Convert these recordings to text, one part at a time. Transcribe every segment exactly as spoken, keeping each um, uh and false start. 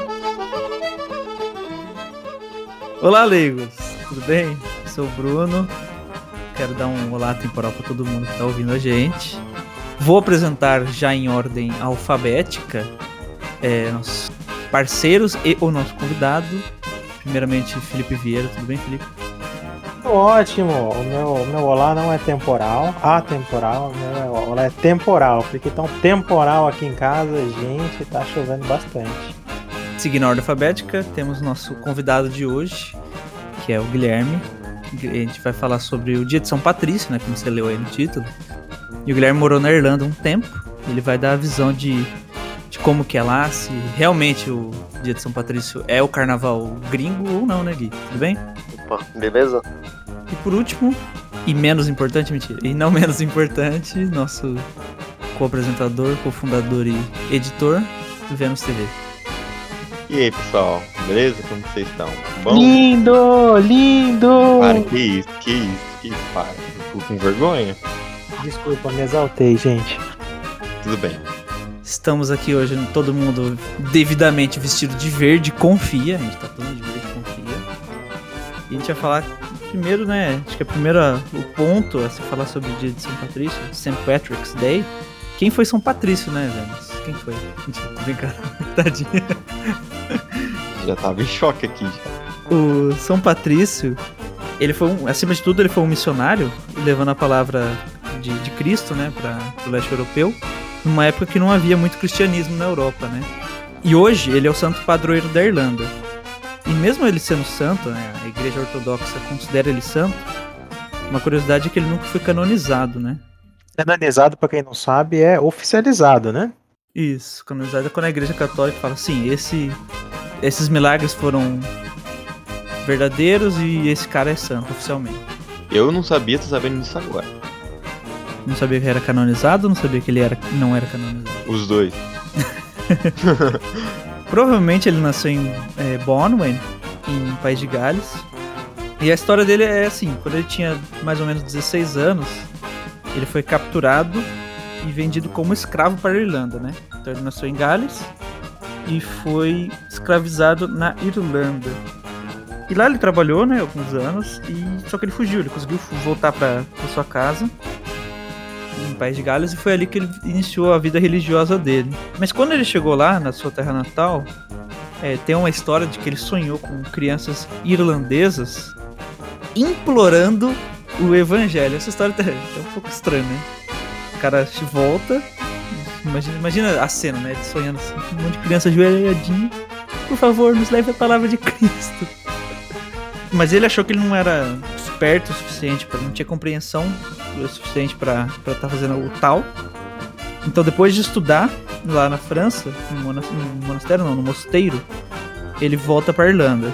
Olá, leigos! Tudo bem? Eu sou o Bruno. Quero dar um olá temporal para todo mundo que está ouvindo a gente. Vou apresentar já em ordem alfabética é, nossos parceiros e o nosso convidado. Primeiramente, Felipe Vieira. Tudo bem, Felipe? Ótimo! O meu, o meu olá não é temporal, atemporal, o meu olá é temporal, porque tão temporal aqui em casa, gente, tá chovendo bastante. Seguindo a ordem alfabética, temos nosso convidado de hoje, que é o Guilherme. A gente vai falar sobre o dia de São Patrício, né, como você leu aí no título. E o Guilherme morou na Irlanda um tempo. Ele vai dar a visão de, de como que é lá, se realmente o dia de São Patrício é o carnaval gringo ou não, né, Gui? Tudo bem? Opa, beleza? E por último, e menos importante, mentira, e não menos importante, nosso co-apresentador, cofundador e editor do Vênus T V. E aí, pessoal, beleza? Como vocês estão? Bom? Lindo! Lindo! Para, que isso, que isso, que isso, para. Fico com vergonha. Desculpa, me exaltei, gente. Tudo bem. Estamos aqui hoje, todo mundo devidamente vestido de verde, confia, a gente tá todo de verde, confia. E a gente vai falar primeiro, né, acho que é primeiro o ponto a se falar sobre o dia de São Patrício, Saint Patrick's Day. Quem foi São Patrício, né, Vênus? Quem foi? Mentira, tô brincando. Tadinha. Já tava em choque aqui. Já. O São Patrício, ele foi, um, acima de tudo, ele foi um missionário, levando a palavra de, de Cristo, né, para o leste europeu, numa época que não havia muito cristianismo na Europa, né. E hoje ele é o santo padroeiro da Irlanda. E mesmo ele sendo santo, né, a igreja ortodoxa considera ele santo, uma curiosidade é que ele nunca foi canonizado, né. Canonizado, pra quem não sabe, é oficializado, né? Isso, canonizado é quando a igreja católica fala assim, esse, esses milagres foram verdadeiros e esse cara é santo oficialmente. Eu não sabia, tô sabendo disso agora. Não sabia que era canonizado ou não sabia que ele era, não era canonizado? Os dois. Provavelmente ele nasceu em é, Bonwen, em País de Gales. E a história dele é assim, quando ele tinha mais ou menos dezesseis anos, ele foi capturado e vendido como escravo para a Irlanda, né? Então ele nasceu em Gales e foi escravizado na Irlanda. E lá ele trabalhou, né, alguns anos, e só que ele fugiu, ele conseguiu voltar para sua casa, em País de Gales, e foi ali que ele iniciou a vida religiosa dele. Mas quando ele chegou lá, na sua terra natal, é, tem uma história de que ele sonhou com crianças irlandesas implorando o evangelho. Essa história é um pouco estranha, né? O cara se volta, imagina, imagina a cena, né? Ele sonhando assim, com um monte de criança ajoelhadinha. Por favor, nos leve a palavra de Cristo. Mas ele achou que ele não era esperto o suficiente, pra, não tinha compreensão o suficiente para estar tá fazendo o tal. Então, depois de estudar lá na França, no, mona- no monastério, não, no mosteiro, ele volta para Irlanda.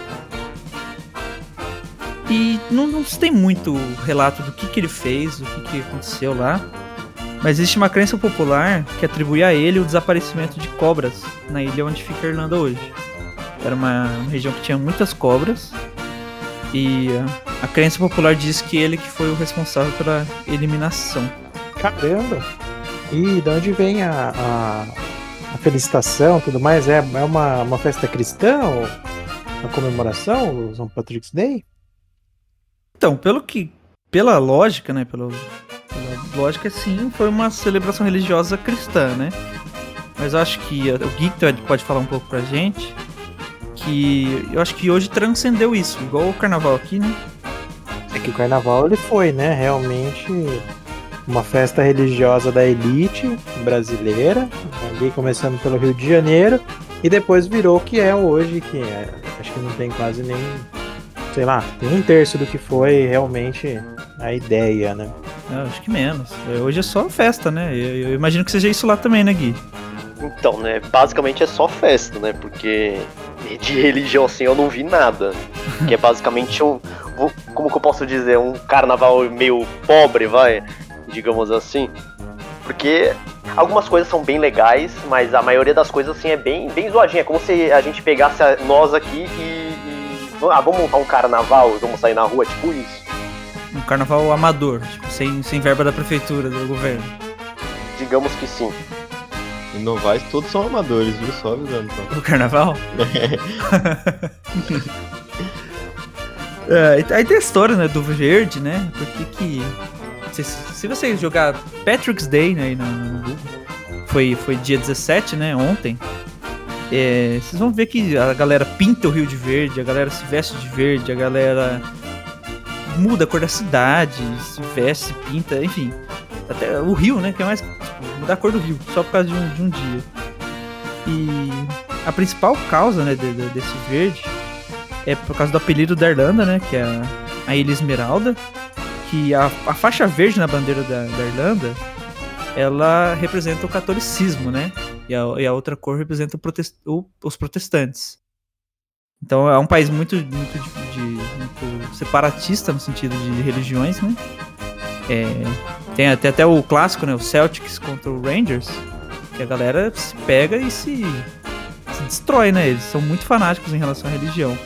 E não, não se tem muito relato do que, que ele fez, o que, que aconteceu lá. Mas existe uma crença popular que atribui a ele o desaparecimento de cobras na ilha onde fica a Irlanda hoje. Era uma, uma região que tinha muitas cobras. E a, a crença popular diz que ele que foi o responsável pela eliminação. Caramba! E de onde vem a, a, a felicitação e tudo mais? É, é uma, uma festa cristã? Ou uma comemoração? O Saint Patrick's Day? Então, pelo que, pela lógica, né, pela, pela lógica, sim, foi uma celebração religiosa cristã, né? Mas eu acho que o Gui pode falar um pouco pra gente, que eu acho que hoje transcendeu isso, igual o carnaval aqui, né? É que o carnaval ele foi, né, realmente uma festa religiosa da elite brasileira, ali começando pelo Rio de Janeiro, e depois virou o que é hoje, que é, acho que não tem quase nem, sei lá, tem um terço do que foi realmente a ideia, né? Eu acho que menos. Hoje é só festa, né? Eu, eu imagino que seja isso lá também, né, Gui? Então, né, basicamente é só festa, né, porque de religião assim eu não vi nada, que é basicamente um, como que eu posso dizer, um carnaval meio pobre, vai, digamos assim, porque algumas coisas são bem legais, mas a maioria das coisas assim é bem, bem zoadinha, é como se a gente pegasse nós aqui e, e ah, vamos montar um carnaval e vamos sair na rua, tipo isso. Um carnaval amador, tipo, sem, sem verba da prefeitura, do governo. Digamos que sim. E Novaes todos são amadores, viu? Só avisando. Então. O carnaval? É, aí tem a história, né, do verde, né? Porque que... Se, se você jogar Patrick's Day, né, aí no, no Google, foi, foi dia dezessete, né, ontem, é, vocês vão ver que a galera pinta o Rio de verde, a galera se veste de verde, a galera muda a cor da cidade, se veste, se pinta, enfim. Até o Rio, né, que é mais... Tipo, mudar a cor do Rio, só por causa de um, de um dia. E a principal causa, né, de, de, desse verde é por causa do apelido da Irlanda, né, que é a, a Ilha Esmeralda, que a, a faixa verde na bandeira da, da Irlanda, ela representa o catolicismo, né, e a, e a outra cor representa o protest, o, os protestantes. Então é um país muito, muito, de, de, muito separatista no sentido de religiões, né. É, tem até, até o clássico, né, o Celtics contra o Rangers, que a galera se pega e se, se destrói, né, eles são muito fanáticos em relação à religião.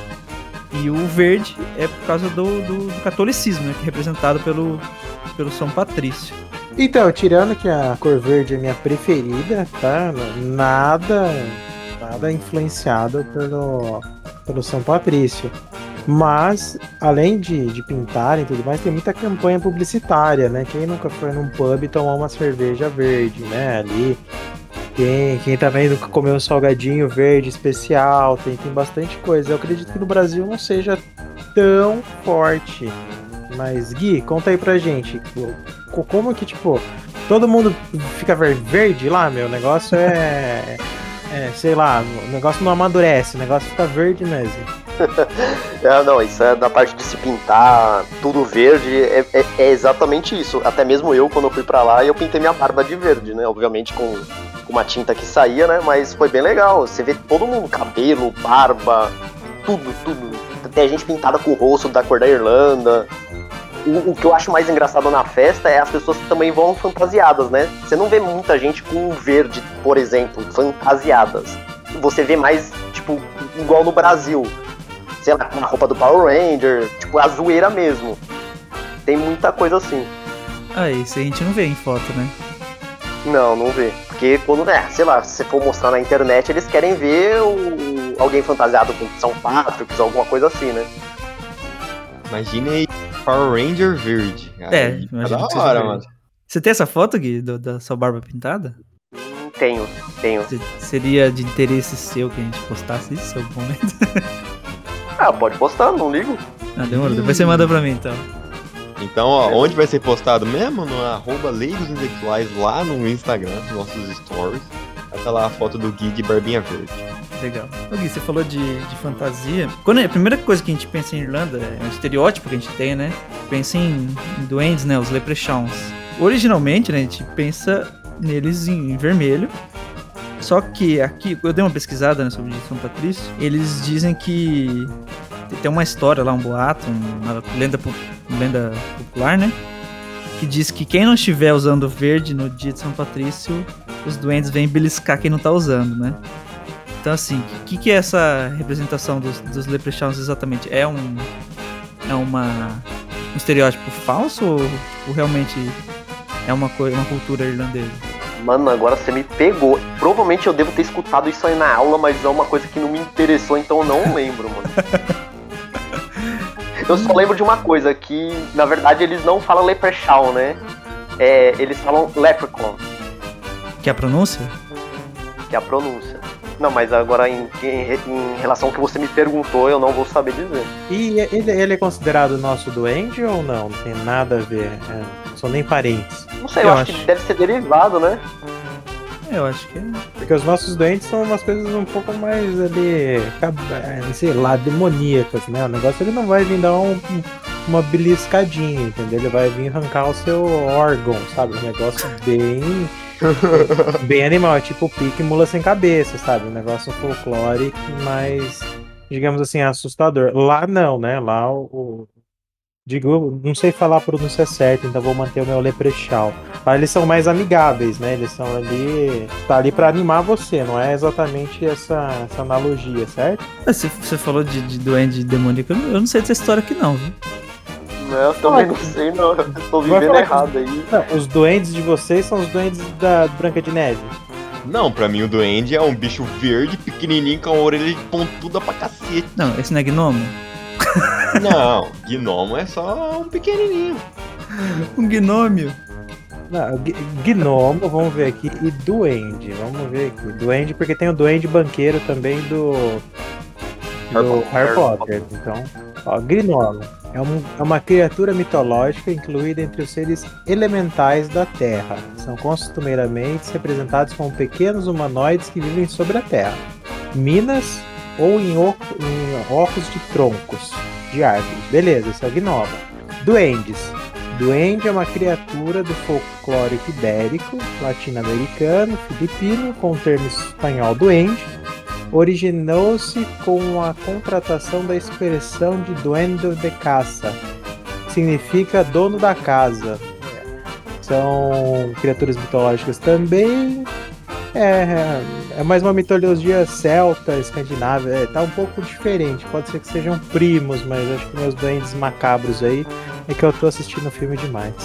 E o verde é por causa do, do, do catolicismo, né, que é representado pelo, pelo São Patrício. Então, tirando que a cor verde é minha preferida, tá? Nada, nada influenciado pelo, pelo São Patrício. Mas, além de, de pintar e tudo mais, tem muita campanha publicitária, né? Quem nunca foi num pub tomar uma cerveja verde, né? Ali, quem, quem também nunca comeu um salgadinho verde especial, tem, tem bastante coisa. Eu acredito que no Brasil não seja tão forte. Mas, Gui, conta aí pra gente, como que, tipo, todo mundo fica verde lá, meu? O negócio é, é, sei lá, o negócio não amadurece, o negócio fica verde mesmo. É, não, isso é da parte de se pintar tudo verde, é, é, é exatamente isso. Até mesmo eu, quando eu fui pra lá, eu pintei minha barba de verde, né? Obviamente com, com uma tinta que saía, né? Mas foi bem legal. Você vê todo mundo, cabelo, barba, tudo, tudo. Até gente pintada com o rosto da cor da Irlanda. O, o que eu acho mais engraçado na festa é as pessoas que também vão fantasiadas, né? Você não vê muita gente com verde, por exemplo, fantasiadas. Você vê mais, tipo, igual no Brasil. Sei lá, com a roupa do Power Ranger, tipo, a zoeira mesmo. Tem muita coisa assim. Ah, isso a gente não vê em foto, né? Não, não vê. Porque quando, né, sei lá, se você for mostrar na internet, eles querem ver o... alguém fantasiado com São Patrick, alguma coisa assim, né? Imagina aí, Power Ranger verde. É, aí, imagina da que hora, seja mano. verde. Você tem essa foto, Gui, do, da sua barba pintada? Hum, tenho, tenho. Se- Seria de interesse seu que a gente postasse isso em algum momento? Ah, pode postar, não ligo. Ah, demorou. Depois você manda pra mim, então. Então, ó, onde vai ser postado mesmo? No arroba Leigos Intelectuais lá no Instagram, nos nossos stories. Vai estar lá a foto do Gui de barbinha verde. Legal. Ô, Gui, você falou de, de fantasia. Quando é, a primeira coisa que a gente pensa em Irlanda é um estereótipo que a gente tem, né? Pensa em, em duendes, né? Os leprechauns. Originalmente, né, a gente pensa neles em, em vermelho. Só que aqui, eu dei uma pesquisada, né, sobre São Patrício. Eles dizem que tem uma história lá, um boato, uma lenda, po- lenda popular, né? Que diz que quem não estiver usando verde no dia de São Patrício, os duendes vêm beliscar quem não tá usando, né? Então, assim, o que, que é essa representação dos, dos leprechauns exatamente? É um, é uma, um estereótipo falso ou, ou realmente é uma, coi- uma cultura irlandesa? Mano, agora você me pegou. Provavelmente eu devo ter escutado isso aí na aula, mas é uma coisa que não me interessou, então eu não lembro, mano. Eu só lembro de uma coisa, que na verdade eles não falam leprechaun, né? É, eles falam leprechaun, Que é a pronúncia? que é a pronúncia. Não, mas agora em, em, em relação ao que você me perguntou, eu não vou saber dizer. E ele, ele é considerado nosso duende ou não? Não tem nada a ver. É, não são nem parentes. Não sei, eu, Eu acho, acho. que deve ser derivado, né? Eu acho que é. Porque os nossos doentes são umas coisas um pouco mais ali, cab- é, sei lá, demoníacas, né? O negócio ele não vai vir dar um, um- uma beliscadinha, entendeu? Ele vai vir arrancar o seu órgão, sabe? Um negócio bem, bem animal, é tipo pique mula sem cabeça, sabe? Um negócio folclórico, mas, digamos assim, assustador. Lá não, né? Lá o... o- Digo, não sei falar a pronúncia certa, então vou manter o meu leprechaun. Mas eles são mais amigáveis, né? Eles são ali. Tá ali pra animar você, não é exatamente essa, essa analogia, certo? Ah, Você, você falou de, de duende demoníaco, eu não- eu não sei dessa história aqui não, viu? Não, eu também não sei, não. Eu tô Vai vivendo falar errado aí. Não, os duendes de vocês são os duendes da Branca de Neve. Não, pra mim o duende é um bicho verde, pequenininho, com a orelha pontuda pra cacete. Não, esse não é gnomo? Não, gnomo é só um pequenininho. Um gnômio. Não, g- gnomo, vamos ver aqui, e duende, vamos ver aqui. Duende, porque tem o duende banqueiro também do, do Harry Harry Potter. Potter. Então, ó, gnomo é, um- é uma criatura mitológica incluída entre os seres elementais da Terra. São costumeiramente representados como pequenos humanoides que vivem sobre a Terra, minas ou em, oco- em ocos de troncos de árvores. Beleza, esse é o gnomo. Duendes. Duende é uma criatura do folclore ibérico, latino-americano, filipino, com o termo espanhol duende. Originou-se com a contratação da expressão de duende de casa, que significa dono da casa. São criaturas mitológicas também. É, é mais uma mitologia celta, escandinava. É, tá um pouco diferente. Pode ser que sejam primos, mas acho que meus duendes macabros aí é que eu tô assistindo o filme demais.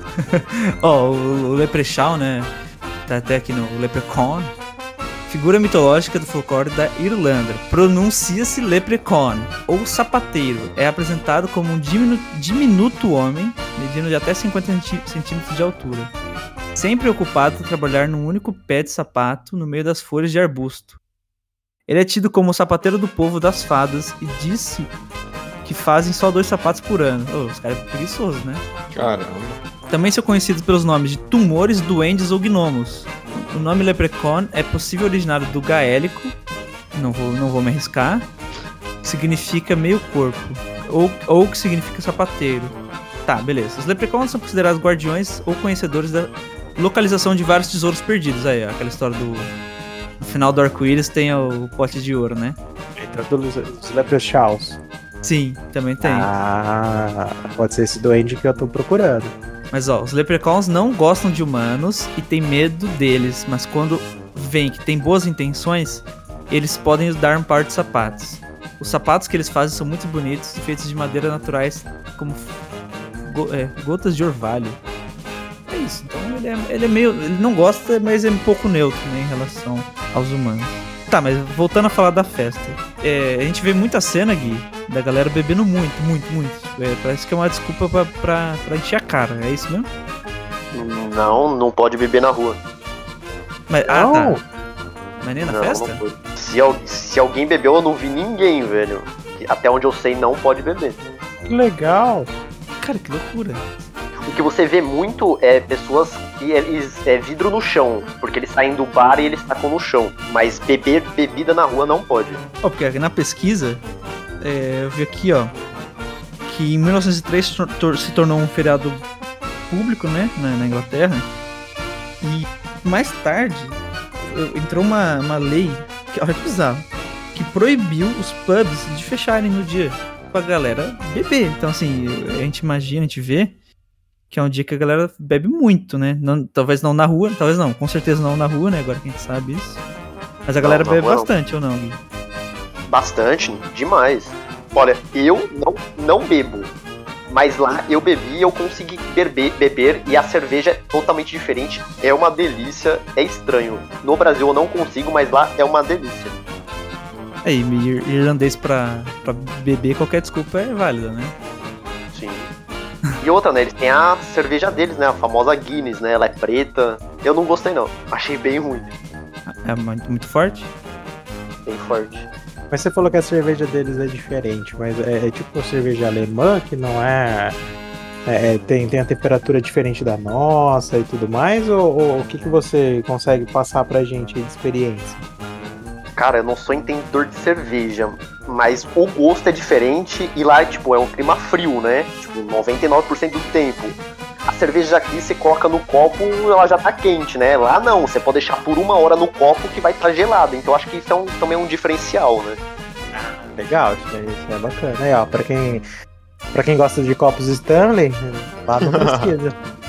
Ó, o, o Leprechaun, né? Tá até aqui no Leprechaun. Figura mitológica do folclore da Irlanda. Pronuncia-se Leprechaun, ou sapateiro. É apresentado como um diminu- diminuto homem, medindo de até cinquenta centímetros de altura. Sempre ocupado a trabalhar num único pé de sapato no meio das folhas de arbusto. Ele é tido como o sapateiro do povo das fadas e disse que fazem só dois sapatos por ano. Oh, os caras são preguiçosos, né? Caramba. Também são conhecidos pelos nomes de tumores, duendes ou gnomos. O nome Leprechaun é possível originário do gaélico, não vou, não vou me arriscar, que significa meio corpo, ou, ou que significa sapateiro. Tá, beleza. Os Leprechauns são considerados guardiões ou conhecedores da localização de vários tesouros perdidos. Aí, ó, aquela história do... No final do arco-íris tem o pote de ouro, né? Entra todos os leprechauns. Sim, também tem. Ah, pode ser esse duende que eu tô procurando. Mas ó, os Leprechauns não gostam de humanos e têm medo deles, mas quando veem que tem boas intenções, eles podem dar um par de sapatos. Os sapatos que eles fazem são muito bonitos e feitos de madeira naturais, como go- é, gotas de orvalho. É isso, então ele é, ele é meio... Ele não gosta, mas é um pouco neutro, né, em relação aos humanos. Tá, mas voltando a falar da festa. É, a gente vê muita cena, Gui, da galera bebendo muito, muito, muito. É, parece que é uma desculpa pra, pra, pra encher a cara, é isso mesmo? Não, não pode beber na rua. Mas, ah, Não. tá. Mas nem na Não, festa? não pode. Se, al- se alguém bebeu, eu não vi ninguém, velho. Até onde eu sei, não pode beber. Que legal. Cara, que loucura. O que você vê muito é pessoas que eles é vidro no chão, porque eles saem do bar e eles tacam no chão. Mas beber bebida na rua não pode. Ó, porque aqui na pesquisa, é, eu vi aqui, ó, que em mil novecentos e três tor- tor- se tornou um feriado público, né, na, na Inglaterra. E mais tarde eu- entrou uma, uma lei, que olha que bizarro, que proibiu os pubs de fecharem no dia pra galera beber. Então, assim, a gente imagina, a gente vê que é um dia que a galera bebe muito, né? Não, talvez não na rua, talvez não, com certeza não na rua, né? Agora que a gente sabe isso. Mas a galera na bebe rua não. bastante, ou não, Gui? Bastante, demais. Olha, eu não, não bebo. Mas lá eu bebi e eu consegui beber, beber e a cerveja é totalmente diferente. É uma delícia, é estranho. No Brasil eu não consigo, mas lá é uma delícia. Aí, ir- irlandês pra, pra beber, qualquer desculpa é válida, né? Sim. E outra, né? Eles têm a cerveja deles, né? A famosa Guinness, né? Ela é preta. Eu não gostei, não. Achei bem ruim. É muito, muito forte? Bem forte. Mas você falou que a cerveja deles é diferente, mas é, é tipo cerveja alemã, que não é... é, é, tem, tem a temperatura diferente da nossa e tudo mais? Ou, ou o que, que você consegue passar pra gente aí de experiência? Cara, eu não sou entendedor de cerveja, mas o gosto é diferente e lá, tipo, é um clima frio, né? Tipo, noventa e nove por cento do tempo. A cerveja aqui, você coloca no copo, ela já tá quente, né? Lá não, você pode deixar por uma hora no copo que vai estar gelada. Então acho que isso é um, também é um diferencial, né? Legal, isso, aí, isso é bacana. Aí, ó, pra quem, pra quem gosta de copos Stanley, lá não precisa.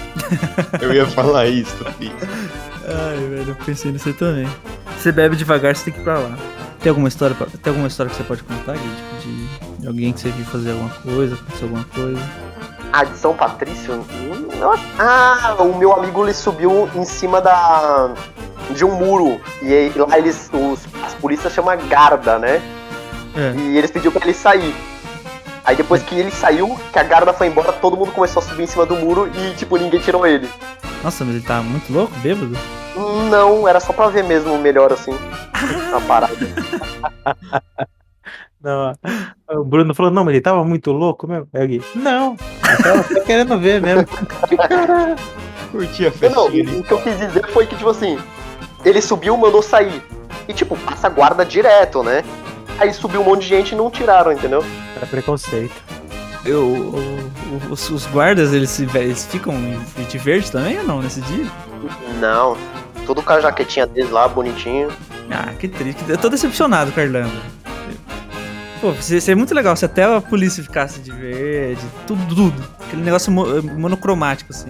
Eu ia falar isso, filho. Ai, velho, eu pensei nisso aí também. Você bebe devagar, você tem que ir pra lá. Tem alguma história, pra... tem alguma história que você pode contar, Gui? Tipo, de... de alguém que você viu fazer alguma coisa, aconteceu alguma coisa? Ah, de São Patrício? Hum, nossa. Ah, o meu amigo ele subiu em cima da de um muro. E aí, lá eles, os, as polícias chamam Garda, né? É. E eles pediram pra ele sair. Aí depois que ele saiu, que a Garda foi embora, todo mundo começou a subir em cima do muro e, tipo, ninguém tirou ele. Nossa, mas ele tá muito louco, bêbado? Não, era só pra ver mesmo melhor, assim, a parada. Não, o Bruno falou, não, mas ele tava muito louco mesmo. Aí eu Gui, não, eu tava só querendo ver mesmo. Caralho. Curti a Não, festinha ali. o que eu quis dizer foi que, tipo assim, ele subiu, mandou sair. E, tipo, passa a guarda direto, né? Aí subiu um monte de gente e não tiraram, entendeu? Era preconceito. Eu, o- o- os, os guardas, eles, se, eles ficam de verde também ou não, nesse dia? Não, tudo com a jaquetinha deles lá, bonitinho. Ah, que triste. Eu tô decepcionado com a Irlanda. Pô, seria muito legal se até a polícia ficasse de verde, tudo, tudo. Aquele negócio mo- monocromático, assim.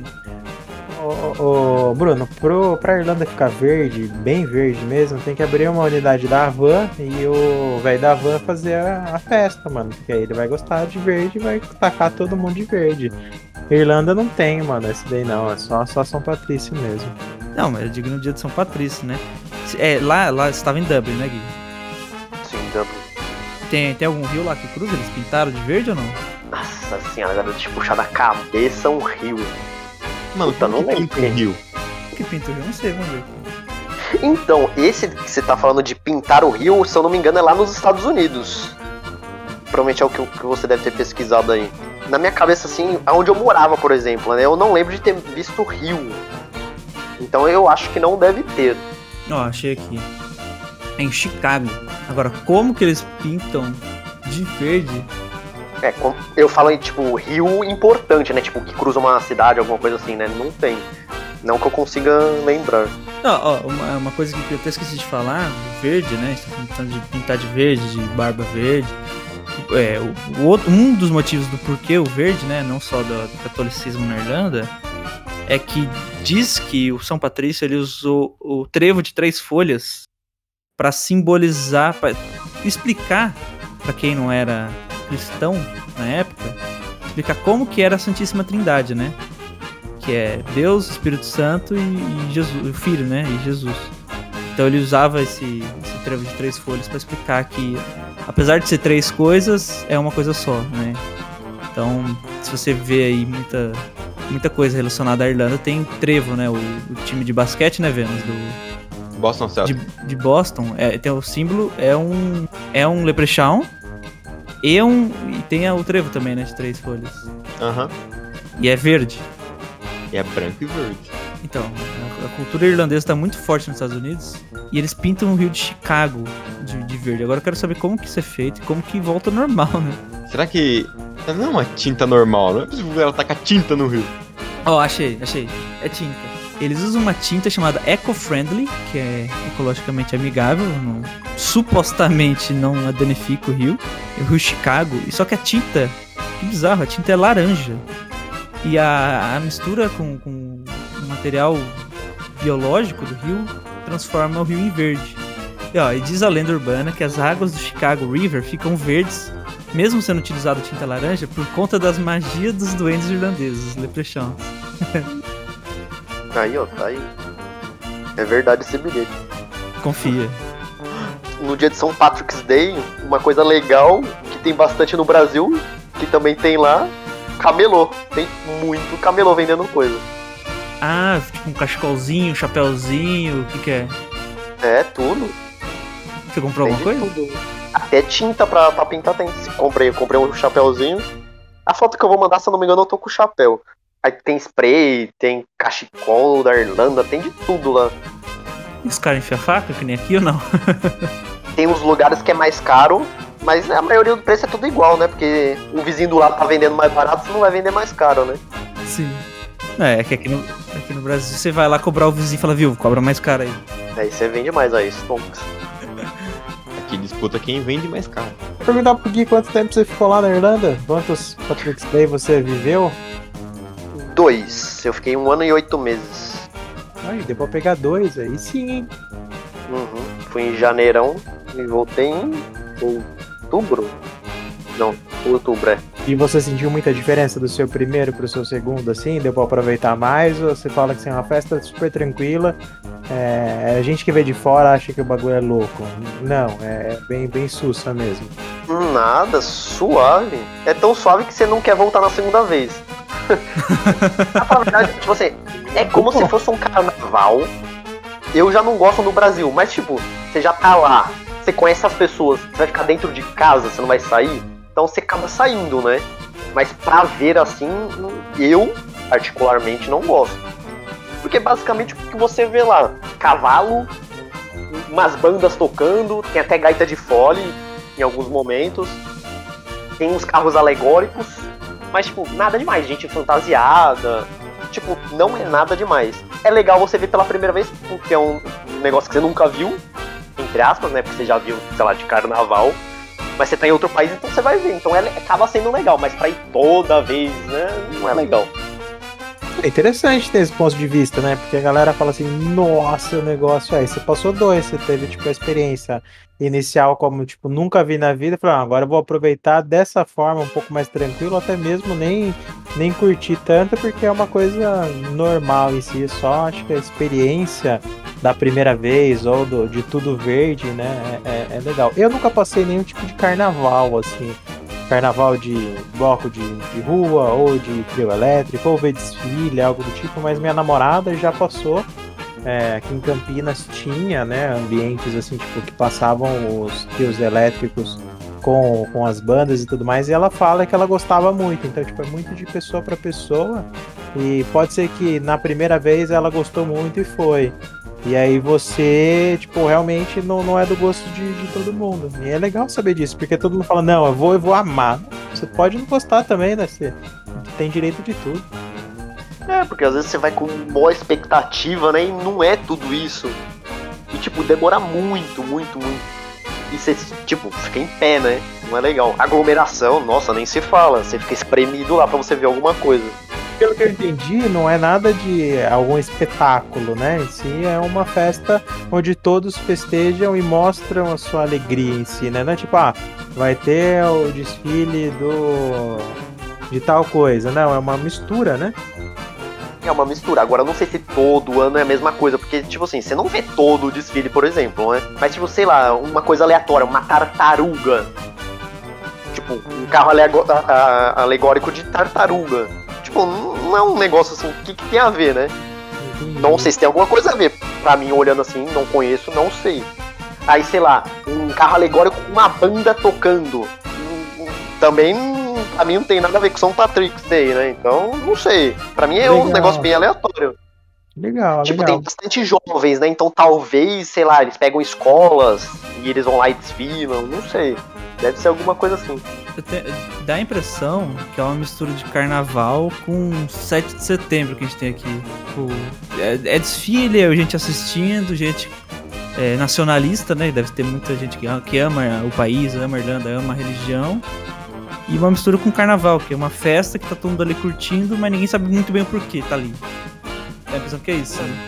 Ô, ô, ô, Bruno, pro, pra Irlanda ficar verde, bem verde mesmo, tem que abrir uma unidade da Havan e o velho da Havan fazer a, a festa, mano. Porque aí ele vai gostar de verde e vai tacar todo mundo de verde. Irlanda não tem, mano, esse daí não, é só, só São Patrício mesmo. Não, mas eu digo no dia de São Patrício, né? É, lá, lá você estava em Dublin, né, Gui? Sim, Dublin. Tem, tem algum rio lá que cruza? Eles pintaram de verde ou não? Nossa senhora, agora te puxar da cabeça um rio. Mano, Puta, não como que lembro. pinta um rio? Que pinta o rio? Não sei, vamos ver. Então, esse que você tá falando de pintar o rio, se eu não me engano, é lá nos Estados Unidos. Provavelmente é o que, que você deve ter pesquisado aí. Na minha cabeça, assim, onde eu morava, por exemplo, né? Eu não lembro de ter visto rio. Então eu acho que não deve ter. Ó, achei aqui. É em Chicago. Agora, como que eles pintam de verde? É, com- eu falo em, tipo, rio importante, né? Tipo, que cruza uma cidade, alguma coisa assim, né? Não tem. Não que eu consiga lembrar. Não, ó, uma, uma coisa que eu até esqueci de falar, o verde, né? A gente tá pintando de pintar de verde, de barba verde. É, o, o outro, um dos motivos do porquê o verde, né? Não só do, do catolicismo na Irlanda, é que diz que o São Patrício ele usou o trevo de três folhas para simbolizar, para explicar para quem não era cristão na época, explicar como que era a Santíssima Trindade, né? Que é Deus, Espírito Santo e, e Jesus, o Filho, né? E Jesus. Então ele usava esse, esse trevo de três folhas para explicar que, apesar de ser três coisas, é uma coisa só, né? Então, se você vê aí muita, muita coisa relacionada à Irlanda, tem trevo, né? O, o time de basquete, né, Vênus? Do, Boston de, Celtics. de Boston, é, tem o símbolo, é um, é um leprechaun e, um, e tem o trevo também, né? De três folhas. Aham. E é verde. E é branco e verde. Então, a, a cultura irlandesa está muito forte nos Estados Unidos e eles pintam o rio de Chicago de, de verde. Agora eu quero saber como que isso é feito e como que volta ao normal, né? Será que. Não é uma tinta normal, não é possível ela tacar tinta no rio. Ó, achei, achei. É tinta. Eles usam uma tinta chamada eco-friendly, que é ecologicamente amigável, não- supostamente não danifica o rio, o rio Chicago. E só que a tinta, que bizarro, a tinta é laranja. E a, a mistura com, com o material biológico do rio transforma o rio em verde. E, ó, e diz a lenda urbana que as águas do Chicago River ficam verdes, mesmo sendo utilizada tinta laranja, por conta das magias dos duendes irlandeses, os leprechauns. Aí, ó, tá aí. É verdade esse bilhete. Confia. No dia de São Patrick's Day, uma coisa legal que tem bastante no Brasil, que também tem lá, camelô. Tem muito camelô vendendo coisa. Ah, tipo um cachecolzinho, um chapéuzinho, o que que é? É, tudo. Você comprou Tem alguma de coisa? tudo. Até tinta pra, pra pintar tem. Se comprei, eu comprei um chapéuzinho. A foto que eu vou mandar, se eu não me engano, eu tô com o chapéu. Aí tem spray, tem cachecol da Irlanda, tem de tudo lá. E os caras enfiam a faca, que nem aqui ou não? Tem uns lugares que é mais caro, mas a maioria do preço é tudo igual, né? Porque o vizinho do lado tá vendendo mais barato, você não vai vender mais caro, né? Sim. É, é que aqui no, aqui no Brasil você vai lá cobrar o vizinho e fala, viu, cobra mais caro aí. Aí você vende mais aí, Stonks. Aqui disputa quem vende mais caro. Vou perguntar pro Gui quanto tempo você ficou lá na Irlanda? Quantos Patrick's Day você viveu? Dois. Eu fiquei um ano e oito meses. Aí, deu pra pegar dois, aí sim, hein? Uhum. Fui em janeirão e voltei em outubro. Não, outubro, é. E você sentiu muita diferença do seu primeiro pro seu segundo, assim? Deu pra aproveitar mais? Ou você fala que assim, é uma festa super tranquila É, a gente que vê de fora acha que o bagulho é louco. Não, é bem, bem sussa mesmo. Nada, suave. É tão suave que você não quer voltar na segunda vez. Na verdade, tipo assim, é como se fosse um carnaval. Eu já não gosto no Brasil, mas tipo, você já tá lá, você conhece as pessoas, você vai ficar dentro de casa, você não vai sair, então você acaba saindo, né? Mas pra ver assim, eu particularmente não gosto. Porque basicamente o que você vê lá, cavalo, umas bandas tocando, tem até gaita de fole em alguns momentos, tem uns carros alegóricos, mas tipo, nada demais, gente fantasiada, tipo, não é nada demais. É legal você ver pela primeira vez, porque é um negócio que você nunca viu, entre aspas, né, porque você já viu, sei lá, de carnaval, mas você tá em outro país, então você vai ver, então é, acaba sendo legal, mas pra ir toda vez, né, não é legal. É interessante ter esse ponto de vista, né? Porque a galera fala assim, nossa, o negócio aí, você passou dois, você teve, tipo, a experiência inicial como, tipo, nunca vi na vida, falou, ah, agora eu vou aproveitar dessa forma, um pouco mais tranquilo, até mesmo nem, nem curtir tanto, porque é uma coisa normal em si, só acho que a experiência da primeira vez, ou do, de tudo verde, né, é, é, é legal. Eu nunca passei nenhum tipo de carnaval, assim, carnaval de bloco de, de rua, ou de trio elétrico, ou ver desfile, algo do tipo, mas minha namorada já passou. É, aqui em Campinas tinha, né, ambientes assim, tipo, que passavam os trios elétricos com, com as bandas e tudo mais, e ela fala que ela gostava muito, então, tipo, é muito de pessoa para pessoa, e pode ser que na primeira vez ela gostou muito e foi. E aí você, tipo, realmente não, não é do gosto de, de todo mundo. E é legal saber disso, porque todo mundo fala, não, eu vou, eu vou amar. Você pode não gostar também, né? Você tem direito de tudo. É, porque às vezes você vai com boa expectativa, né? E não é tudo isso. E, tipo, demora muito, muito, muito. E você, tipo, fica em pé, né? Não é legal. Aglomeração, nossa, nem se fala. Você fica espremido lá pra você ver alguma coisa. Pelo que eu entendi, não é nada de algum espetáculo, né? Em si é uma festa onde todos festejam e mostram a sua alegria em si, né? Não é tipo, ah, vai ter o desfile do de tal coisa. Não, é uma mistura, né? É uma mistura. Agora, eu não sei se todo ano é a mesma coisa, porque, tipo assim, você não vê todo o desfile, por exemplo, né? Mas, tipo, sei lá, uma coisa aleatória, uma tartaruga. Tipo, um carro alegórico de tartaruga. Tipo, não é um negócio assim, o que, que tem a ver, né? Uhum. Não sei se tem alguma coisa a ver. Pra mim, olhando assim, não conheço, não sei. Aí, sei lá, um carro alegórico com uma banda tocando. Também, pra mim, não tem nada a ver com São Patrick's Day, né? Então, não sei. Pra mim é legal. Um negócio bem aleatório. Legal, tipo, legal. Tem bastante jovens, né? Então, talvez, sei lá, eles pegam escolas e eles vão lá e desfilam, não sei. Deve ser alguma coisa assim. Dá a impressão que é uma mistura de carnaval com sete de setembro que a gente tem aqui. Tipo, é, é desfile, é gente assistindo, gente é, nacionalista, né? Deve ter muita gente que, que ama o país, ama a Irlanda, ama a religião. E uma mistura com carnaval, que é uma festa que tá todo mundo ali curtindo, mas ninguém sabe muito bem o porquê tá ali. Dá a impressão que é isso, né?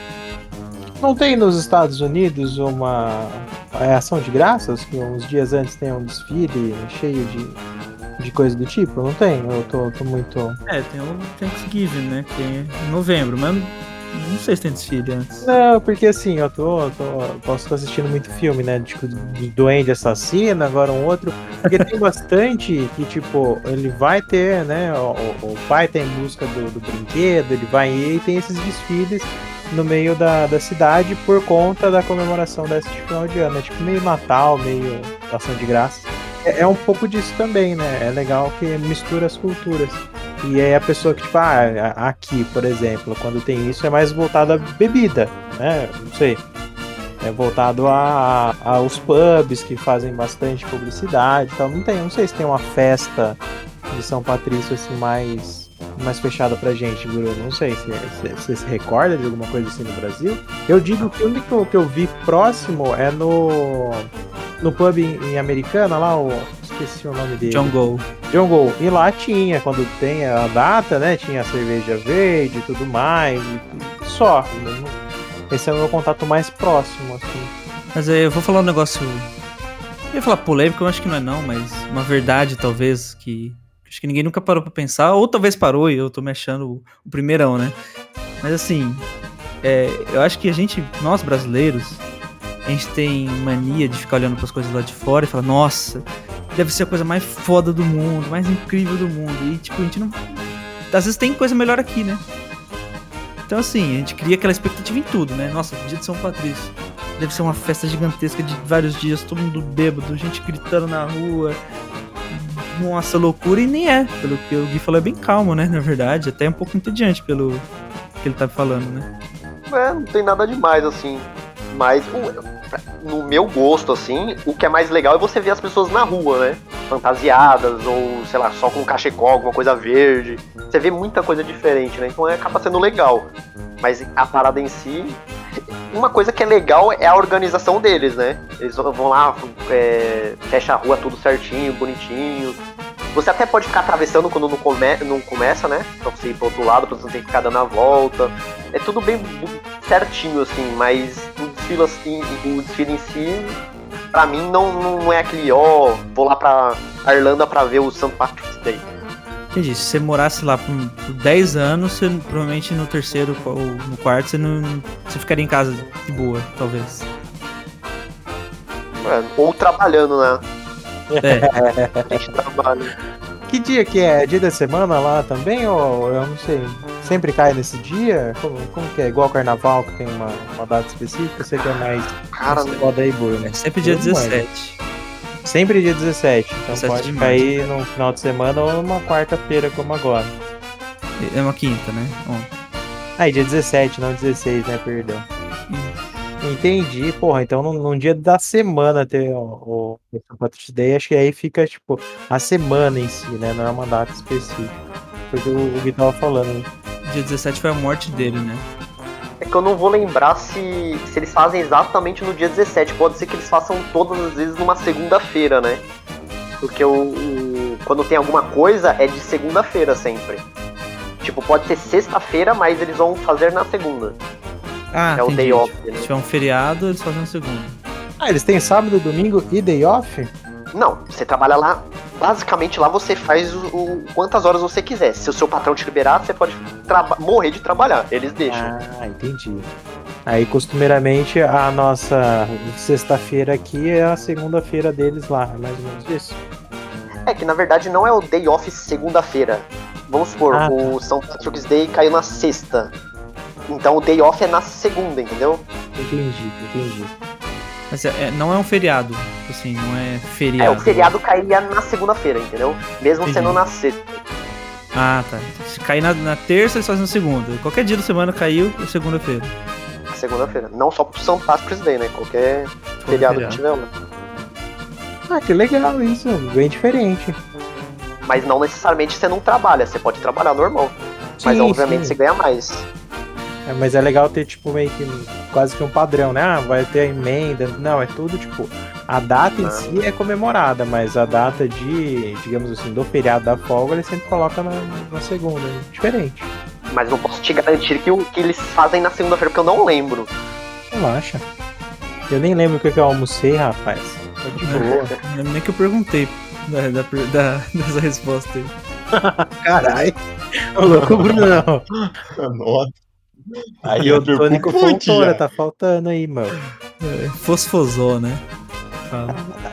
Não tem nos Estados Unidos uma é, ação de graças, que uns dias antes tem um desfile cheio de, de coisa do tipo? Não tem? Eu tô, tô muito... É, tem o Thanksgiving, né? Que é em novembro, mas não sei se tem desfile antes. Não, porque assim, eu tô, eu tô posso estar assistindo muito filme, né? Tipo, de Duende Assassino, agora um outro. Porque tem bastante que, tipo, ele vai ter, né? O, o pai tá em busca do, do brinquedo, ele vai e tem esses desfiles no meio da, da cidade por conta da comemoração desse final de ano. É tipo meio Natal, meio ação de graça. É, é um pouco disso também, né? É legal que mistura as culturas. E aí a pessoa que, tipo, ah, aqui, por exemplo, quando tem isso, é mais voltado à bebida, né? Não sei. É voltado a, a, aos pubs que fazem bastante publicidade e tal. Não tem, não sei se tem uma festa de São Patrício assim mais... mais fechada pra gente, Bruno. Não sei se você se recorda de alguma coisa assim no Brasil. Eu digo que o único que eu vi próximo é no no pub em, em Americana, lá, o esqueci o nome dele. John Go. John Go. E lá tinha, quando tem a data, né, tinha a cerveja verde e tudo mais, e, e só. Esse é o meu contato mais próximo, assim. Mas eu vou falar um negócio... Eu ia falar polêmico, eu acho que não é não, mas uma verdade, talvez, que... Acho que ninguém nunca parou pra pensar, ou talvez parou e eu tô me achando o primeirão, né? Mas assim, é, eu acho que a gente, nós brasileiros, a gente tem mania de ficar olhando pras coisas lá de fora e falar, nossa, deve ser a coisa mais foda do mundo, mais incrível do mundo. E tipo, a gente não... Às vezes tem coisa melhor aqui, né? Então assim, a gente cria aquela expectativa em tudo, né? Nossa, dia de São Patrício. Deve ser uma festa gigantesca de vários dias, todo mundo bêbado, gente gritando na rua. Nossa, loucura, e nem é. Pelo que o Gui falou, é bem calmo, né? Na verdade, até um pouco entediante pelo que ele tá falando, né? É, não tem nada demais, assim. Mas, o- no meu gosto, assim, o que é mais legal é você ver as pessoas na rua, né? Fantasiadas, ou, sei lá, só com cachecol, alguma coisa verde. Você vê muita coisa diferente, né? Então é, acaba sendo legal. Mas a parada em si... Uma coisa que é legal é a organização deles, né? Eles vão lá, é, fecha a rua tudo certinho, bonitinho. Você até pode ficar atravessando quando não, come, não começa, né? Pra você ir pro outro lado, pra você não ter que ficar dando a volta. É tudo bem certinho, assim, mas o desfile, assim, o desfile em si, pra mim, não, não é aquele, ó, vou lá pra Irlanda pra ver o Saint Patrick's Day. Entendi, se você morasse lá por, por dez anos, você, provavelmente no terceiro ou no quarto, você, não, você ficaria em casa de boa, talvez. É, ou trabalhando, né? É, A gente trabalha. Que dia que é? É dia da semana lá também? Ou eu não sei. Sempre cai nesse dia? Como, como que é? Igual o carnaval, que tem uma, uma data específica? Você que é mais. Cara, Foda aí, Bruno. é sempre dia Eu não lembro. dezessete. Sempre dia dezessete. Então dezessete pode de março. cair no final de semana ou numa quarta-feira, como agora. É uma quinta, né? Ontem. Aí, dia dezessete, não dezesseis, né? Perdão. Entendi, porra. Então, num, num dia da semana ter o, o Saint Patrick's Day, acho que aí fica, tipo, a semana em si, né? Não é uma data específica. Foi o que o, o Gui tava falando, né? Dia dezessete foi a morte dele, né? é que eu não vou lembrar se, se eles fazem exatamente no dia dezessete. Pode ser que eles façam todas as vezes numa segunda-feira, né? Porque o, o- quando tem alguma coisa é de segunda-feira sempre. Tipo, pode ser sexta-feira, mas eles vão fazer na segunda. Ah, É o entendi. day off, Se né? tiver um feriado, eles fazem um segundo. Ah, eles têm sábado, domingo e day off? Não, você trabalha lá, basicamente lá você faz o, o- quantas horas você quiser. Se o seu patrão te liberar, você pode traba- morrer de trabalhar, eles deixam. Ah, entendi. Aí, costumeiramente, a nossa sexta-feira aqui é a segunda-feira deles lá, é mais ou menos isso. É que na verdade não é o day off segunda-feira. Vamos supor, Ah, tá. o Saint Patrick's Day caiu na sexta. Então o day off é na segunda, entendeu? Entendi, entendi. Mas é- é- não é um feriado, assim, não é É, feriado. o feriado cairia na segunda-feira, entendeu? Mesmo Entendi. sendo na sexta. Ah, tá. Se cair na, na terça, eles fazem na segunda. Qualquer dia da semana caiu, é segunda-feira. Segunda-feira. Não só pro Saint Patrick's Day, né? Qualquer feriado que feriado. tiver lá. Ah, que legal isso, bem diferente. Mas não necessariamente você não trabalha, você pode trabalhar normal. Mas Sim, obviamente sim. você ganha mais. É, mas é legal ter, tipo, meio que quase que um padrão, né? Ah, vai ter a emenda. Não, é tudo, tipo, a data em Ah. si é comemorada, mas a data de, digamos assim, do feriado da folga, ele sempre coloca na, na segunda, né? Diferente. Mas não posso te garantir que o que eles fazem na segunda-feira, porque eu não lembro. Relaxa. Eu nem lembro o que que eu almocei, rapaz. Tô de boa. Não lembro nem que eu perguntei da, da, da- dessa resposta aí. Caralho. Ô, louco, Brunão. Nossa. Aí E eu o tônico fonte fontora, já. tá faltando aí, mano. É, fosfosou, né? Fala.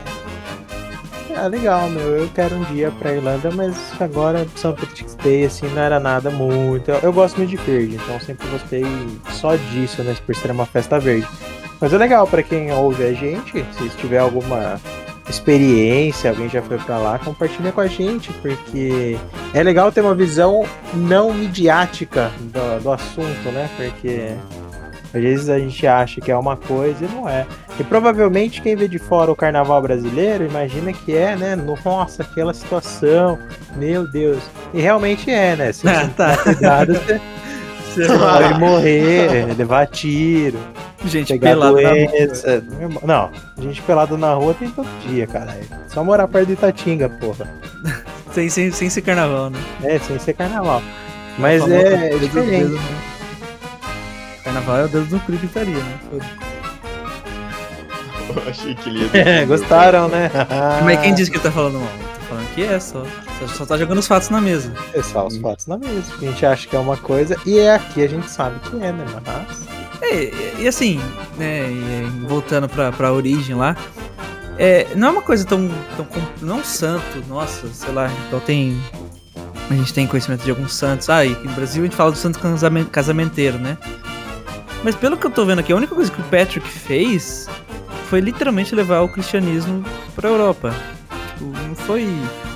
Ah, legal, meu. Eu quero um dia pra Irlanda, mas agora Saint Patrick's Day, assim, não era nada muito. Eu, eu gosto muito de verde, então sempre gostei só disso, né? Por ser uma festa verde. Mas é legal pra quem ouve a gente, se tiver alguma experiência, alguém já foi pra lá, compartilha com a gente, porque é legal ter uma visão não midiática do, do assunto, né? Porque às vezes a gente acha que é uma coisa e não é. E provavelmente quem vê de fora o carnaval brasileiro imagina que é, né? Nossa, aquela situação, meu Deus. E realmente é, né? Se você Ah, não tá. tomar cuidado, você Você pode morrer, levar tiro, gente pegar pelada na rua. doença. Não, gente pelado na rua tem todo dia, caralho. Só morar perto de Itatinga, porra. Sem, sem, sem ser carnaval, né? É, sem ser carnaval. Mas O famoso é dedo- diferente. dedo, né? Carnaval é o dedo do cu e gritaria, né? Foda. Eu achei que ele ia É, gostaram, né? Mas quem disse que ele tá falando mal? Tá falando que é só. Só, só tá jogando os fatos na mesa. É só os fatos na mesa. A gente acha que é uma coisa e é aqui a gente sabe que é, né? Mas É, e assim, né, e, voltando pra, pra origem lá, é, não é uma coisa tão, tão... Não santo, nossa, sei lá, então tem... A gente tem conhecimento de alguns santos. Ah, e aqui no Brasil a gente fala do santo casamenteiro, né? Mas pelo que eu tô vendo aqui, a única coisa que o Patrick fez foi literalmente levar o cristianismo pra Europa. Tipo, não foi...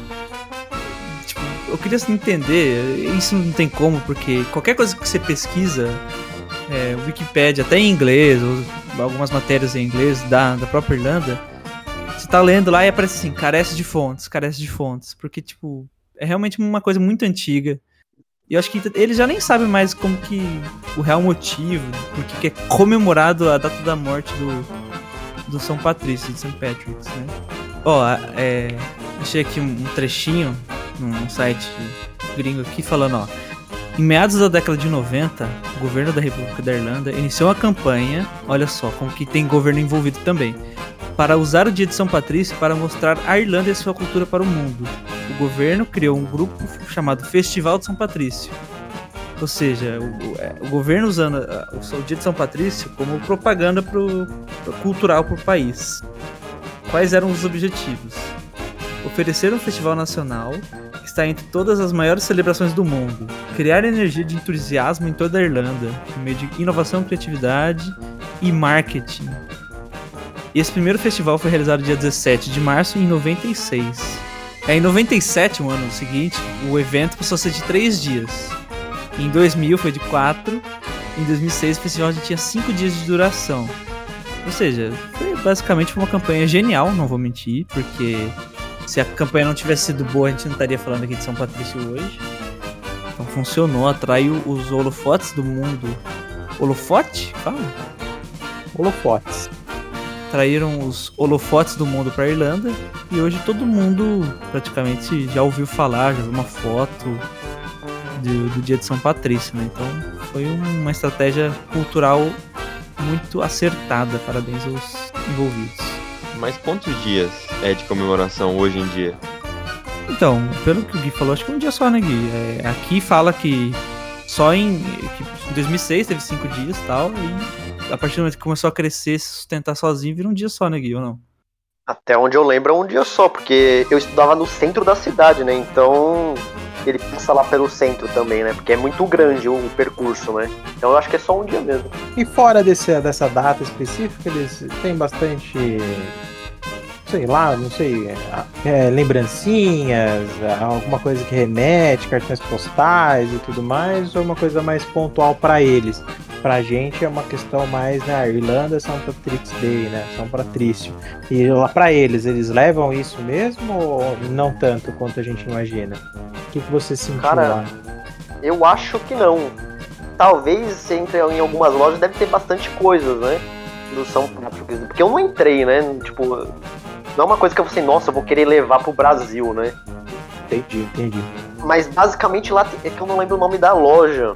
Tipo, eu queria entender, isso não tem como, porque qualquer coisa que você pesquisa, é, Wikipédia, até em inglês, ou algumas matérias em inglês da, da própria Irlanda, você tá lendo lá e aparece assim, carece de fontes, carece de fontes, porque, tipo, é realmente uma coisa muito antiga. E eu acho que eles já nem sabem mais como que o real motivo, porque que é comemorado a data da morte do, do São Patrício, de Saint Patrick's, né? Ó, é, achei aqui um trechinho num site gringo aqui falando, ó. Em meados da década de noventa, o governo da República da Irlanda iniciou uma campanha, olha só, como que tem governo envolvido também, para usar o dia de São Patrício para mostrar a Irlanda e sua cultura para o mundo. O governo criou um grupo chamado Festival de São Patrício. Ou seja, o, o governo usando a, o dia de São Patrício como propaganda pro, pro cultural para o país. Quais eram os objetivos? Oferecer um festival nacional que está entre todas as maiores celebrações do mundo. Criar energia de entusiasmo em toda a Irlanda, por meio de inovação, criatividade e marketing. E esse primeiro festival foi realizado dia dezessete de março em noventa e seis. É, em noventa e sete, um ano seguinte, o evento passou a ser de três dias. Em dois mil foi de quatro. Em dois mil e seis o festival já tinha cinco dias de duração. Ou seja, foi, basicamente foi uma campanha genial, não vou mentir, porque se a campanha não tivesse sido boa, a gente não estaria falando aqui de São Patrício hoje. Então funcionou, atraiu os holofotes do mundo. Holofote? Fala. Holofotes. Traíram os holofotes do mundo para a Irlanda e hoje todo mundo praticamente já ouviu falar, já viu uma foto do, do dia de São Patrício, né? Então foi uma estratégia cultural muito acertada, parabéns aos envolvidos. Mas quantos dias é de comemoração hoje em dia? Então, pelo que o Gui falou, acho que um dia só, né, Gui? É, aqui fala que só em, que em dois mil e seis teve cinco dias e tal, e a partir do momento que começou a crescer, se sustentar sozinho, vira um dia só, né, Gui, ou não? Até onde eu lembro é um dia só, porque eu estudava no centro da cidade, né, então ele passa lá pelo centro também, né, porque é muito grande o, o percurso, né, então eu acho que é só um dia mesmo. E fora desse, dessa data específica, eles têm bastante, sei lá, não sei, é, lembrancinhas, alguma coisa que remete, cartões postais e tudo mais, ou uma coisa mais pontual para eles? Pra gente é uma questão mais, né, Irlanda, São Patrick's Day, né, São Patrício. E lá pra eles, eles levam isso mesmo ou não tanto quanto a gente imagina? O que, que você sentiu? Cara, lá? Eu acho que não. Talvez entre em algumas lojas deve ter bastante coisas, né, do São Patrick's, porque eu não entrei, né, tipo, não é uma coisa que eu falei, nossa, eu vou querer levar pro Brasil, né. Entendi, entendi. Mas basicamente lá, é que eu não lembro o nome da loja.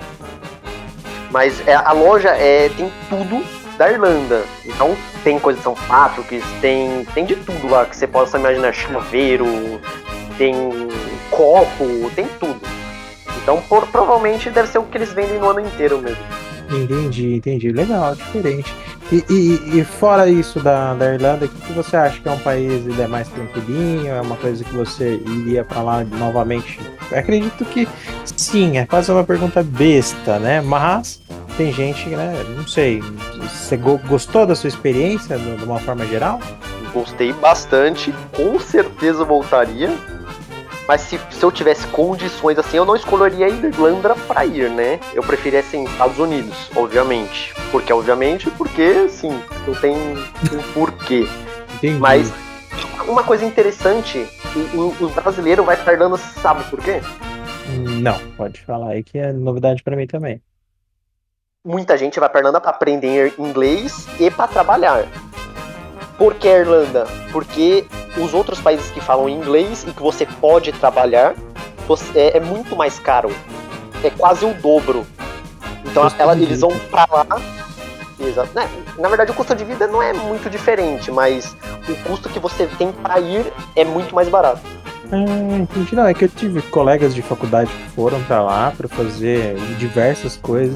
Mas é, a loja é, tem tudo da Irlanda. Então tem coisa de São Patrick's, tem, tem de tudo lá que você possa imaginar. Chaveiro, tem copo, tem tudo. Então por, provavelmente deve ser o que eles vendem no ano inteiro mesmo. Entendi, entendi. Legal, diferente. E, e, e fora isso da, da Irlanda, o que, que você acha que é um país ele é mais tranquilinho? É uma coisa que você iria pra lá novamente? Eu acredito que sim, é quase uma pergunta besta, né? Mas tem gente, né? Não sei. Você go- gostou da sua experiência de uma forma geral? Gostei bastante, com certeza voltaria. Mas se, se eu tivesse condições assim, eu não escolheria a Irlanda pra ir, né? Eu preferia assim, Estados Unidos, obviamente. Porque, obviamente, porque, sim, não tem um porquê. Entendi. Mas uma coisa interessante, o, o, o brasileiro vai pra Irlanda, sabe por quê? Não, pode falar aí que é novidade pra mim também. Muita gente vai pra Irlanda pra aprender inglês e pra trabalhar. Por que a Irlanda? Porque os outros países que falam inglês e que você pode trabalhar você, é, é muito mais caro. É quase o dobro. Então ela, eles vão pra lá. Exato. Né? Na verdade o custo de vida não é muito diferente, mas o custo que você tem pra ir é muito mais barato. Ah, entendi. Não, é que eu tive colegas de faculdade que foram pra lá pra fazer diversas coisas.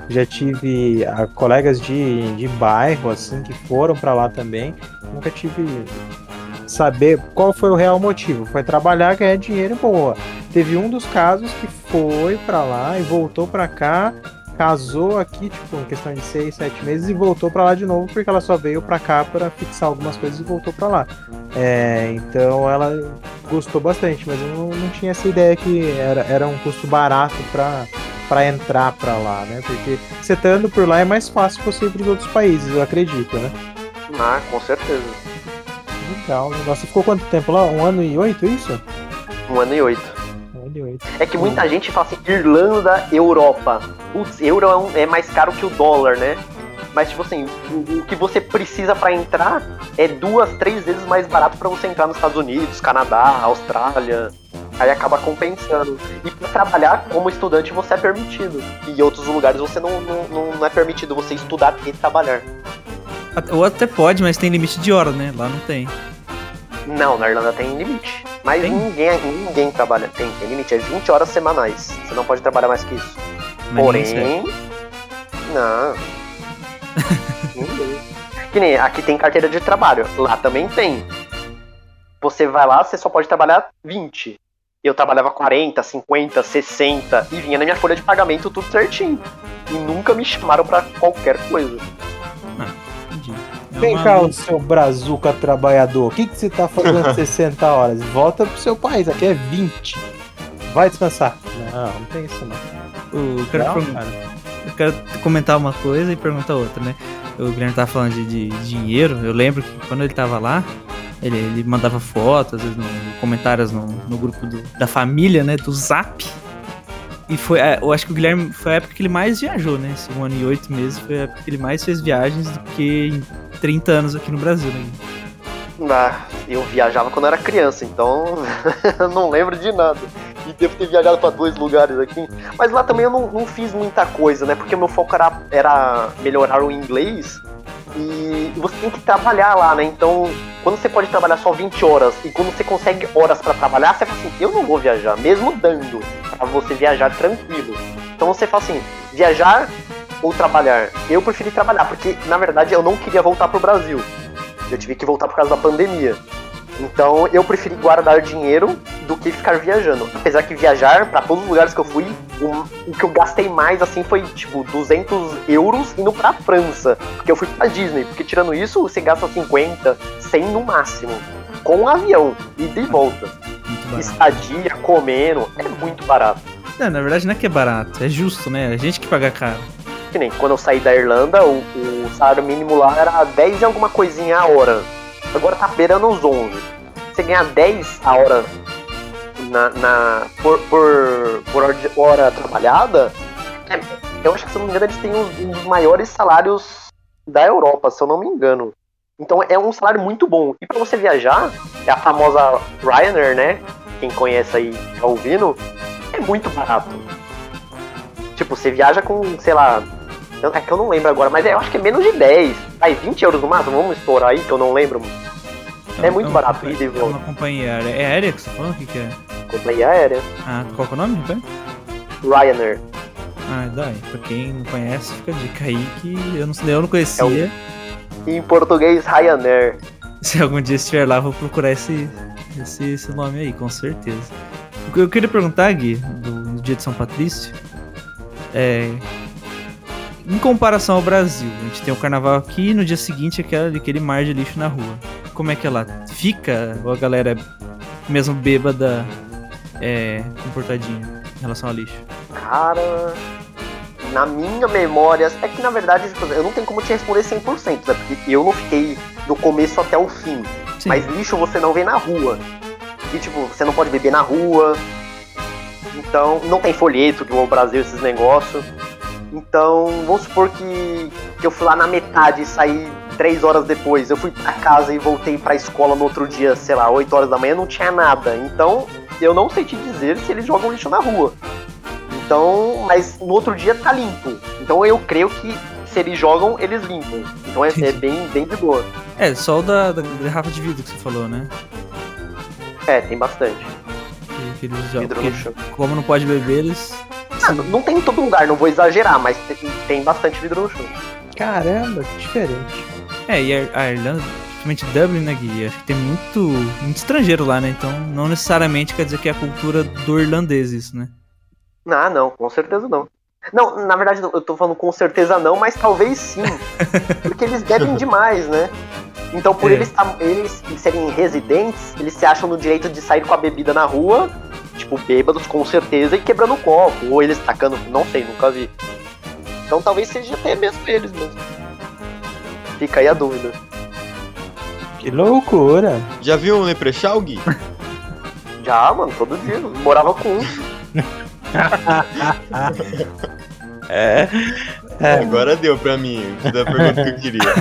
já tive ah, colegas de, de bairro, assim, que foram pra lá também. Nunca tive saber qual foi o real motivo. Foi trabalhar, ganhar dinheiro, boa. Teve um dos casos que foi pra lá e voltou pra cá, casou aqui, tipo, em questão de seis, sete meses, e voltou pra lá de novo, porque ela só veio pra cá pra fixar algumas coisas e voltou pra lá. É, então ela gostou bastante, mas eu não, não tinha essa ideia que era, era um custo barato pra, pra entrar pra lá, né? Porque você estando por lá é mais fácil você ir pros outros países, eu acredito, né? Ah, com certeza. Legal. Nossa, ficou quanto tempo lá? Um ano e oito, isso? Um ano e oito. Um ano e oito. É que muita gente fala assim, Irlanda, Europa. Putz, euro é, um, é mais caro que o dólar, né? Mas, tipo assim, o, o que você precisa pra entrar é duas, três vezes mais barato pra você entrar nos Estados Unidos, Canadá, Austrália. Aí acaba compensando. E pra trabalhar como estudante você é permitido. E em outros lugares você não, não, não é permitido você estudar e trabalhar. Ou até pode, mas tem limite de hora, né? Lá não tem. Não, na Irlanda tem limite. Mas Tem? ninguém, ninguém trabalha. Tem, tem limite, é vinte horas semanais. Você não pode trabalhar mais que isso. Mas Porém, nem não. Ninguém. Que nem aqui tem carteira de trabalho. Lá também tem. Você vai lá, você só pode trabalhar vinte. Eu trabalhava quarenta, cinquenta, sessenta e vinha na minha folha de pagamento tudo certinho. E nunca me chamaram pra qualquer coisa. entendi. É Vem uma- cá, o seu brazuca trabalhador. O que, que você tá fazendo sessenta horas? Volta pro seu país, aqui é vinte. Vai descansar. Não, não tem isso não. Eu quero, Não, pergun- cara. eu quero comentar uma coisa e perguntar outra, né? O Guilherme tava falando de, de dinheiro. Eu lembro que quando ele tava lá, ele, ele mandava fotos, às vezes, no, comentários no, no grupo do- da família, né? Do Zap. E foi, é, eu acho que o Guilherme foi a época que ele mais viajou, né? Esse um ano e oito meses foi a época que ele mais fez viagens do que em trinta anos aqui no Brasil, né? Ah, eu viajava quando era criança, então eu não lembro de nada. E devo ter viajado pra dois lugares aqui. Mas lá também eu não, não fiz muita coisa, né? Porque o meu foco era, era melhorar o inglês. E você tem que trabalhar lá, né? Então, quando você pode trabalhar só vinte horas e quando você consegue horas pra trabalhar, você fala assim, eu não vou viajar, mesmo dando pra você viajar tranquilo. Então você fala assim, viajar ou trabalhar? Eu preferi trabalhar, porque na verdade eu não queria voltar pro Brasil. Eu tive que voltar por causa da pandemia. Então eu preferi guardar dinheiro do que ficar viajando. Apesar que viajar, pra todos os lugares que eu fui, o, o que eu gastei mais assim foi tipo duzentos euros indo pra França. Porque eu fui pra Disney. Porque tirando isso, você gasta cinquenta, cem no máximo. Com um avião, ida e volta. Muito barato. Estadia, comendo, é muito barato. Não, na verdade não é que é barato, é justo, né? A gente que paga caro. Que nem quando eu saí da Irlanda, o, o salário mínimo lá era dez e alguma coisinha a hora. Agora tá beirando os onze. Você ganhar dez a hora na, na, por, por, por hora, de- hora trabalhada, é- eu acho que, se eu não me engano, eles têm um, um dos maiores salários da Europa, se eu não me engano. Então é um salário muito bom. E pra você viajar, é a famosa Ryanair, né? Quem conhece aí, tá ouvindo, é muito barato. Tipo, você viaja com, sei lá, eu- é que eu não lembro agora, mas eu acho que é menos de dez. Aí, vinte euros no máximo, vamos estourar aí, que eu não lembro. É muito uma barato, companhia- ida e É volta. uma companhia aérea. É aérea que você tá falando? O que que é? Companhia aérea. Ah, qual que é o nome? Repete? Ryanair. Ah, daí. Pra quem não conhece, fica a dica aí que eu não, eu não conhecia. Em português, Ryanair. Se algum dia estiver lá, vou procurar esse, esse, esse nome aí, com certeza. O que eu queria perguntar, Gui, do, do dia de São Patrício, é... Em comparação ao Brasil, a gente tem o carnaval aqui e no dia seguinte aquele, aquele mar de lixo na rua. Como é que ela fica? Ou a galera é mesmo bêbada, é, comportadinha em relação ao lixo? Cara, na minha memória, é que na verdade tipo, eu não tenho como te responder cem por cento, né? Porque eu não fiquei do começo até o fim. Sim. Mas lixo você não vê na rua. E tipo, você não pode beber na rua. Então, não tem folheto, que o Brasil, esses negócios. Então, vamos supor que, que eu fui lá na metade e saí três horas depois. Eu fui pra casa e voltei pra escola no outro dia, sei lá, oito horas da manhã, não tinha nada. Então, eu não sei te dizer se eles jogam lixo na rua. Então, mas no outro dia tá limpo. Então eu creio que se eles jogam, eles limpam. Então é, é bem, bem de boa. É, só o da, da garrafa de vidro que você falou, né? É, tem bastante. Que, que eles jogam. Vidro no Porque chão. como não pode beber, eles esse... Ah, não tem em todo lugar, não vou exagerar, mas tem, tem bastante vidro no chão. Caramba, que diferente. É, e a, a Irlanda, principalmente Dublin, né, Gui? Acho que tem muito, muito estrangeiro lá, né? Então não necessariamente quer dizer que é a cultura do irlandês isso, né? Ah, não, com certeza não. Não, na verdade eu tô falando com certeza não, mas talvez sim. Porque eles bebem demais, né? Então por É. eles, tam- eles serem residentes, eles se acham no direito de sair com a bebida na rua, tipo, bêbados com certeza, e quebrando o copo. Ou eles tacando, não sei, nunca vi. Então talvez seja até mesmo eles mesmo. Fica aí a dúvida. Que loucura. Já viu um Leprechaun, Gui? Já, mano, todo dia. Morava com um. É. É. Agora deu pra mim, da pergunta que eu queria.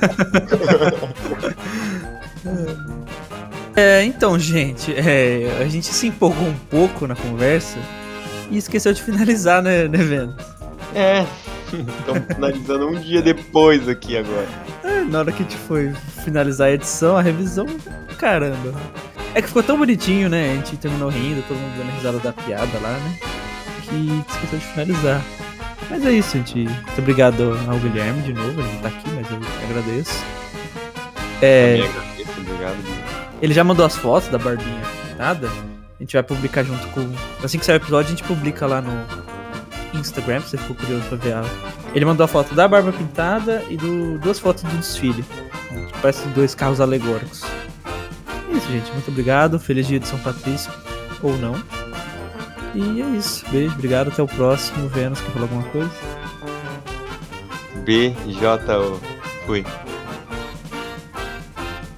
É, então, gente, é, a gente se empolgou um pouco na conversa e esqueceu de finalizar, né, né Vênus? É, estamos finalizando um dia depois aqui agora. É, na hora que a gente foi finalizar a edição, a revisão, caramba. É que ficou tão bonitinho, né? A gente terminou rindo, todo mundo dando risada da piada lá, né? Que esqueceu de finalizar. Mas é isso, gente. Muito obrigado ao Guilherme de novo, ele não tá aqui, mas eu agradeço. É, Também agradeço, obrigado, Gui. ele já mandou as fotos da barbinha pintada. A gente vai publicar junto com... Assim que sair o episódio, a gente publica lá no Instagram, se você ficou curioso pra ver a... Ele mandou a foto da barba pintada e do... duas fotos do desfile. Parece dois carros alegóricos. É isso, gente. Muito obrigado. Feliz dia de São Patrício. Ou não. E é isso. Beijo, obrigado. Até o próximo. Vênus, quer falar alguma coisa? B J O. Fui.